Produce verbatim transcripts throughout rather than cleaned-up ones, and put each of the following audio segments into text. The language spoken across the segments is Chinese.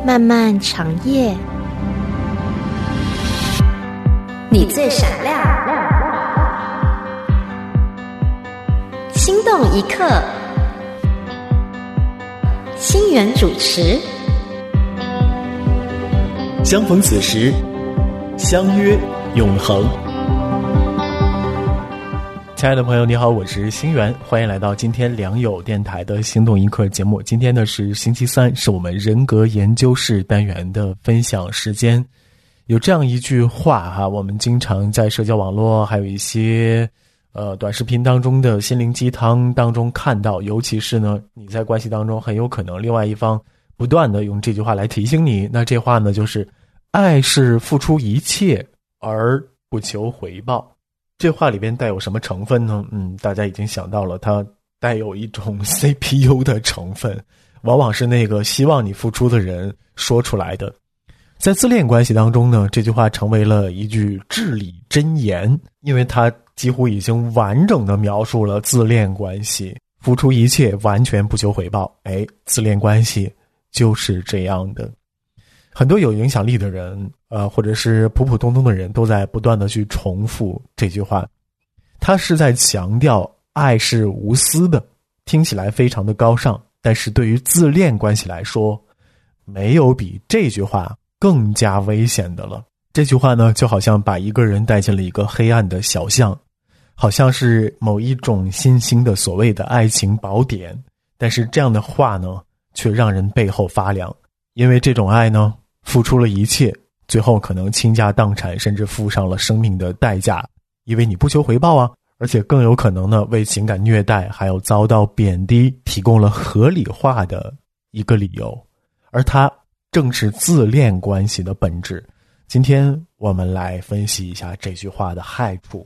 漫漫长夜，你最闪亮，心动一刻，心源主持。 相逢此时，相约永恒。亲爱的朋友你好，我是心源，欢迎来到今天良友电台的心动一刻节目。今天呢是星期三，是我们人格研究室单元的分享时间。有这样一句话哈，我们经常在社交网络还有一些呃短视频当中的心灵鸡汤当中看到，尤其是呢你在关系当中很有可能另外一方不断的用这句话来提醒你，那这话呢就是爱是付出一切而不求回报。这话里边带有什么成分呢？嗯，大家已经想到了，它带有一种 C P U 的成分，往往是那个希望你付出的人说出来的。在自恋关系当中呢，这句话成为了一句至理真言，因为它几乎已经完整的描述了自恋关系，付出一切完全不求回报。哎，自恋关系就是这样的。很多有影响力的人呃，或者是普普通通的人都在不断的去重复这句话，他是在强调爱是无私的，听起来非常的高尚，但是对于自恋关系来说，没有比这句话更加危险的了。这句话呢，就好像把一个人带进了一个黑暗的小巷，好像是某一种新兴的所谓的爱情宝典，但是这样的话呢，却让人背后发凉，因为这种爱呢，付出了一切，最后可能倾家荡产，甚至付上了生命的代价，因为你不求回报啊，而且更有可能呢为情感虐待还有遭到贬低提供了合理化的一个理由，而它正是自恋关系的本质。今天我们来分析一下这句话的害处。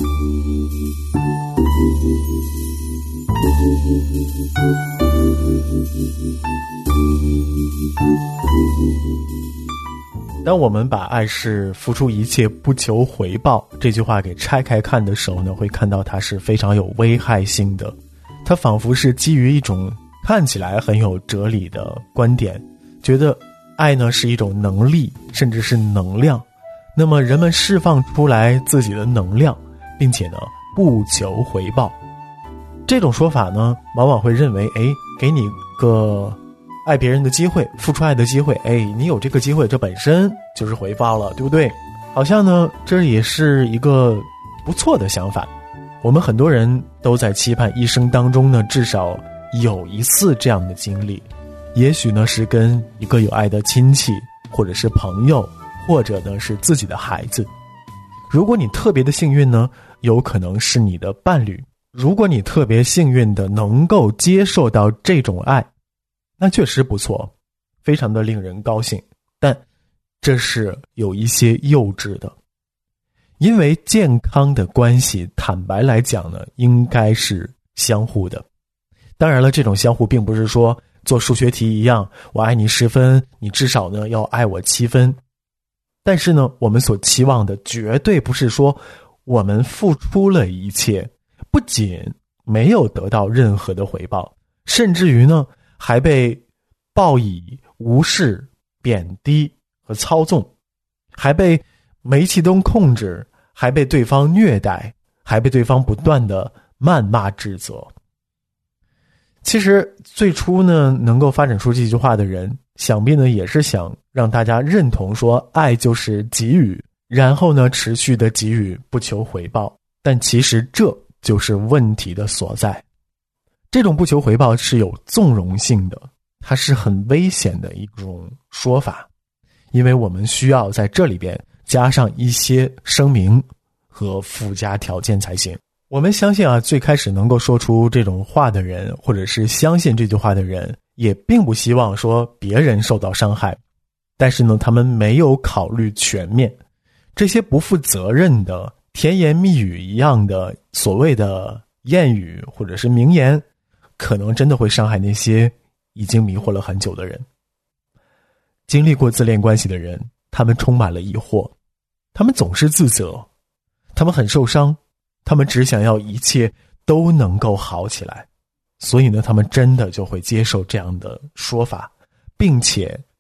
当我们把爱是付出一切不求回报这句话给拆开看的时候呢，会看到它是非常有危害性的。它仿佛是基于一种看起来很有哲理的观点，觉得爱呢是一种能力，甚至是能量，那么人们释放出来自己的能量，并且呢不求回报。这种说法呢，往往会认为，哎，给你个爱别人的机会，付出爱的机会，哎，你有这个机会，这本身就是回报了，对不对？好像呢，这也是一个不错的想法。我们很多人都在期盼一生当中呢，至少有一次这样的经历，也许呢是跟一个有爱的亲戚，或者是朋友，或者呢是自己的孩子。如果你特别的幸运呢，有可能是你的伴侣。如果你特别幸运的能够接受到这种爱，那确实不错，非常的令人高兴，但这是有一些幼稚的。因为健康的关系，坦白来讲呢，应该是相互的。当然了，这种相互并不是说做数学题一样，我爱你十分，你至少呢要爱我七分。但是呢，我们所期望的绝对不是说我们付出了一切，不仅没有得到任何的回报，甚至于呢还被报以无视、贬低和操纵，还被煤气灯控制，还被对方虐待，还被对方不断的谩骂指责。其实最初呢，能够发展出这句话的人，想必呢也是想让大家认同说爱就是给予，然后呢持续的给予，不求回报。但其实这就是问题的所在。这种不求回报是有纵容性的，它是很危险的一种说法，因为我们需要在这里边加上一些声明和附加条件才行。我们相信啊，最开始能够说出这种话的人，或者是相信这句话的人，也并不希望说别人受到伤害，但是呢他们没有考虑全面。这些不负责任的甜言蜜语一样的所谓的谚语或者是名言，可能真的会伤害那些已经迷惑了很久的人。经历过自恋关系的人，他们充满了疑惑，他们总是自责，他们很受伤，他们只想要一切都能够好起来，所以呢他们真的就会接受这样的说法，并且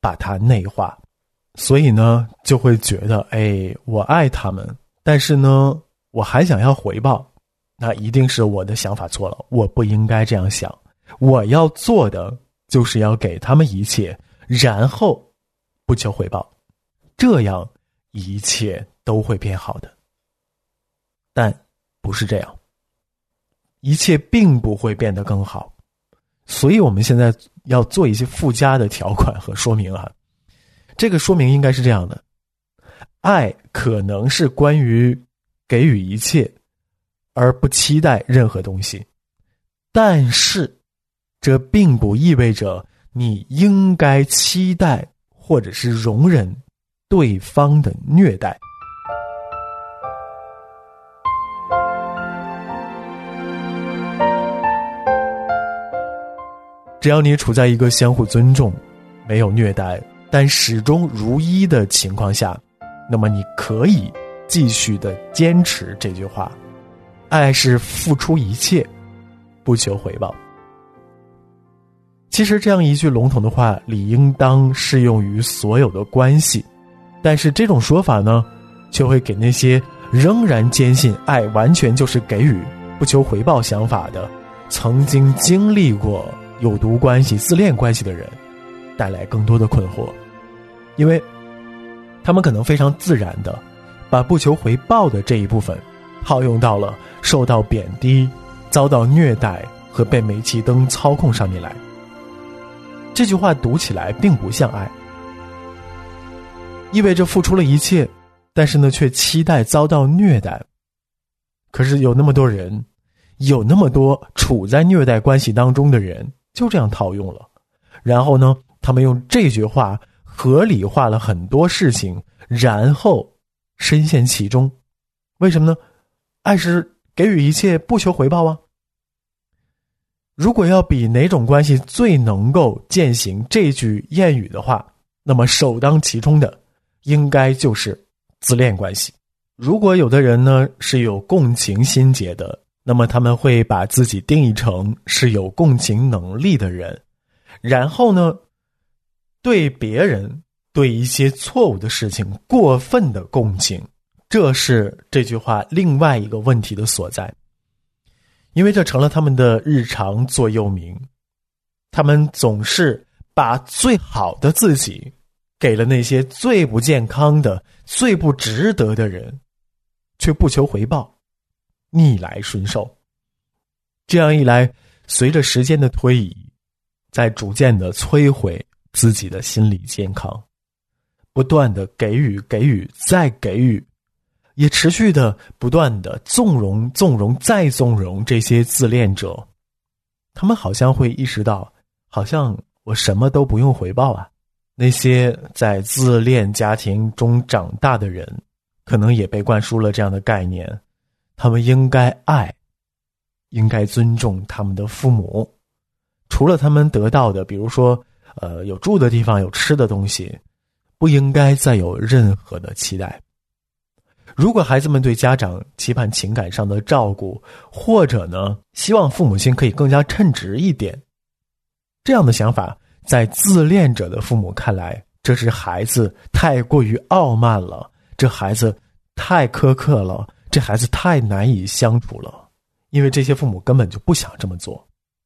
把它内化，所以呢就会觉得，哎，我爱他们，但是呢我还想要回报，那一定是我的想法错了，我不应该这样想，我要做的就是要给他们一切，然后不求回报，这样一切都会变好的。但不是这样，一切并不会变得更好。所以我们现在要做一些附加的条款和说明啊。这个说明应该是这样的：爱可能是关于给予一切，而不期待任何东西，但是这并不意味着你应该期待或者是容忍对方的虐待。只要你处在一个相互尊重、没有虐待，但始终如一的情况下，那么你可以继续的坚持这句话：爱是付出一切，不求回报。其实这样一句笼统的话理应当适用于所有的关系，但是这种说法呢，却会给那些仍然坚信爱完全就是给予不求回报想法的，曾经经历过有毒关系、自恋关系的人带来更多的困惑。因为他们可能非常自然的把不求回报的这一部分套用到了受到贬低、遭到虐待和被煤气灯操控上面来。这句话读起来并不像爱，意味着付出了一切，但是呢却期待遭到虐待。可是有那么多人，有那么多处在虐待关系当中的人就这样套用了，然后呢他们用这句话合理化了很多事情，然后深陷其中。为什么呢？爱是给予一切，不求回报啊。如果要比哪种关系最能够践行这句谚语的话，那么首当其冲的应该就是自恋关系。如果有的人呢是有共情心结的，那么他们会把自己定义成是有共情能力的人，然后呢对别人、对一些错误的事情过分的共情，这是这句话另外一个问题的所在。因为这成了他们的日常座右铭，他们总是把最好的自己给了那些最不健康的、最不值得的人，却不求回报，逆来顺受。这样一来，随着时间的推移，在逐渐的摧毁自己的心理健康，不断的给予给予再给予，也持续的不断的纵容纵容再纵容这些自恋者。他们好像会意识到，好像我什么都不用回报啊。那些在自恋家庭中长大的人，可能也被灌输了这样的概念，他们应该爱，应该尊重他们的父母，除了他们得到的，比如说呃，有住的地方，有吃的东西，不应该再有任何的期待。如果孩子们对家长期盼情感上的照顾，或者呢希望父母亲可以更加称职一点，这样的想法在自恋者的父母看来，这是孩子太过于傲慢了，这孩子太苛刻了，这孩子太难以相处了，因为这些父母根本就不想这么做。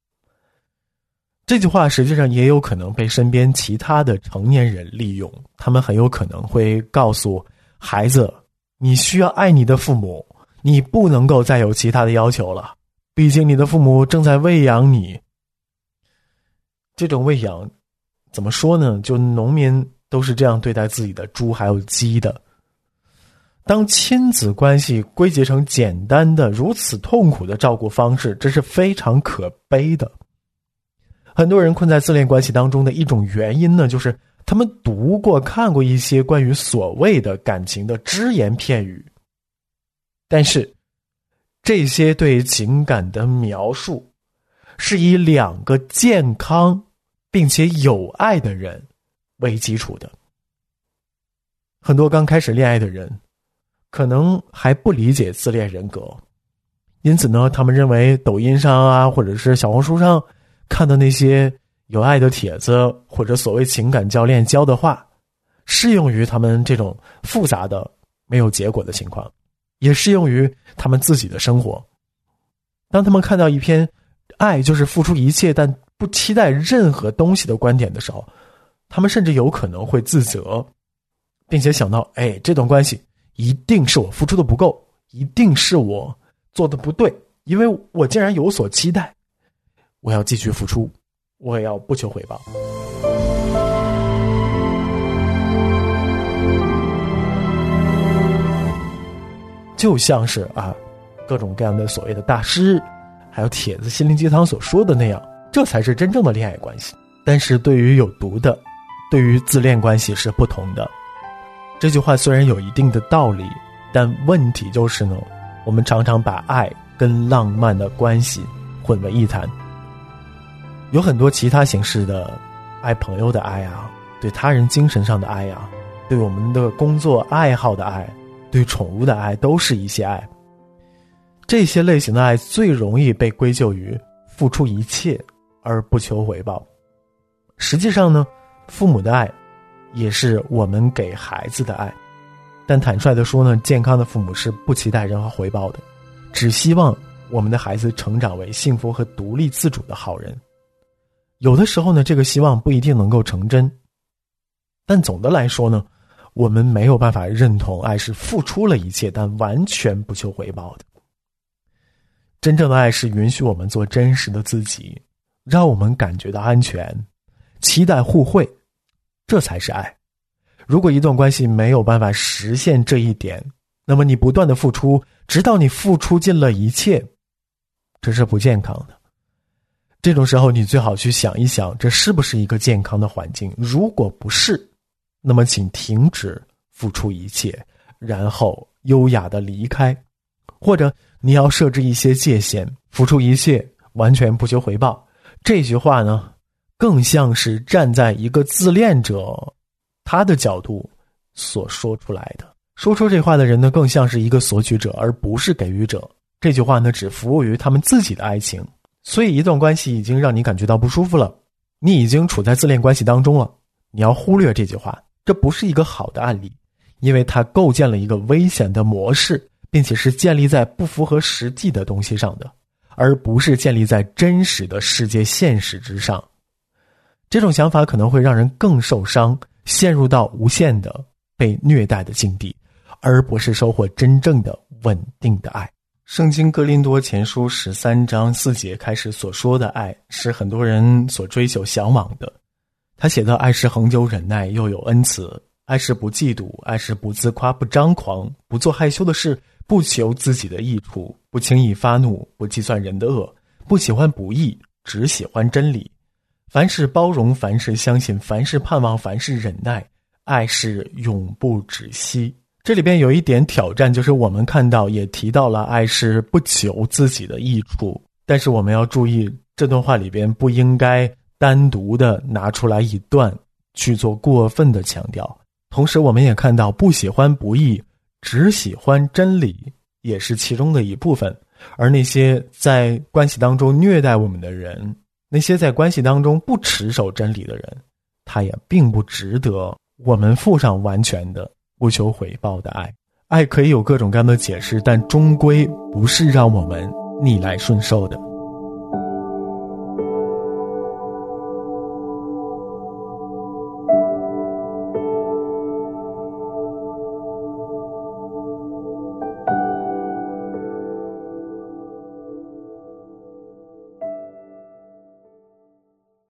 这句话实际上也有可能被身边其他的成年人利用，他们很有可能会告诉孩子，你需要爱你的父母，你不能够再有其他的要求了，毕竟你的父母正在喂养你。这种喂养怎么说呢，就农民都是这样对待自己的猪还有鸡的。当亲子关系归结成简单的如此痛苦的照顾方式，这是非常可悲的。很多人困在自恋关系当中的一种原因呢，就是他们读过看过一些关于所谓的感情的只言片语，但是这些对情感的描述是以两个健康并且有爱的人为基础的。很多刚开始恋爱的人可能还不理解自恋人格，因此呢他们认为抖音上啊或者是小红书上看的那些有爱的帖子或者所谓情感教练教的话，适用于他们这种复杂的没有结果的情况，也适用于他们自己的生活。当他们看到一篇爱就是付出一切但不期待任何东西的观点的时候，他们甚至有可能会自责，并且想到，哎，这段关系一定是我付出的不够，一定是我做的不对，因为我竟然有所期待，我要继续付出，我也要不求回报。就像是啊，各种各样的所谓的大师还有帖子心灵鸡汤所说的那样，这才是真正的恋爱关系。但是对于有毒的，对于自恋关系是不同的。这句话虽然有一定的道理，但问题就是呢，我们常常把爱跟浪漫的关系混为一谈。有很多其他形式的爱，朋友的爱啊，对他人精神上的爱啊，对我们的工作爱好的爱，对宠物的爱，都是一些爱。这些类型的爱最容易被归咎于付出一切而不求回报。实际上呢，父母的爱也是我们给孩子的爱，但坦率地说呢，健康的父母是不期待任何回报的，只希望我们的孩子成长为幸福和独立自主的好人。有的时候呢，这个希望不一定能够成真，但总的来说呢，我们没有办法认同爱是付出了一切但完全不求回报的。真正的爱是允许我们做真实的自己，让我们感觉到安全，期待互惠，这才是爱。如果一段关系没有办法实现这一点，那么你不断的付出，直到你付出尽了一切，这是不健康的。这种时候你最好去想一想，这是不是一个健康的环境。如果不是，那么请停止付出一切，然后优雅的离开。或者你要设置一些界限，付出一切完全不求回报。这句话呢，更像是站在一个自恋者他的角度所说出来的。说出这话的人呢，更像是一个索取者，而不是给予者。这句话呢，只服务于他们自己的爱情。所以一段关系已经让你感觉到不舒服了，你已经处在自恋关系当中了，你要忽略这句话。这不是一个好的案例，因为它构建了一个危险的模式，并且是建立在不符合实际的东西上的，而不是建立在真实的世界现实之上。这种想法可能会让人更受伤，陷入到无限的被虐待的境地，而不是收获真正的稳定的爱。圣经哥林多前书十三章四节开始所说的爱，是很多人所追求向往的。他写到，爱是恒久忍耐，又有恩慈，爱是不嫉妒，爱是不自夸，不张狂，不做害羞的事，不求自己的益处，不轻易发怒，不计算人的恶，不喜欢不义，只喜欢真理。凡事包容，凡事相信，凡事盼望，凡事忍耐，爱是永不止息。这里边有一点挑战，就是我们看到也提到了爱是不求自己的益处，但是我们要注意，这段话里边不应该单独的拿出来一段去做过分的强调。同时我们也看到，不喜欢不义，只喜欢真理，也是其中的一部分。而那些在关系当中虐待我们的人，那些在关系当中不持守真理的人，他也并不值得我们付上完全的不求回报的爱。爱可以有各种各样的解释，但终归不是让我们逆来顺受的。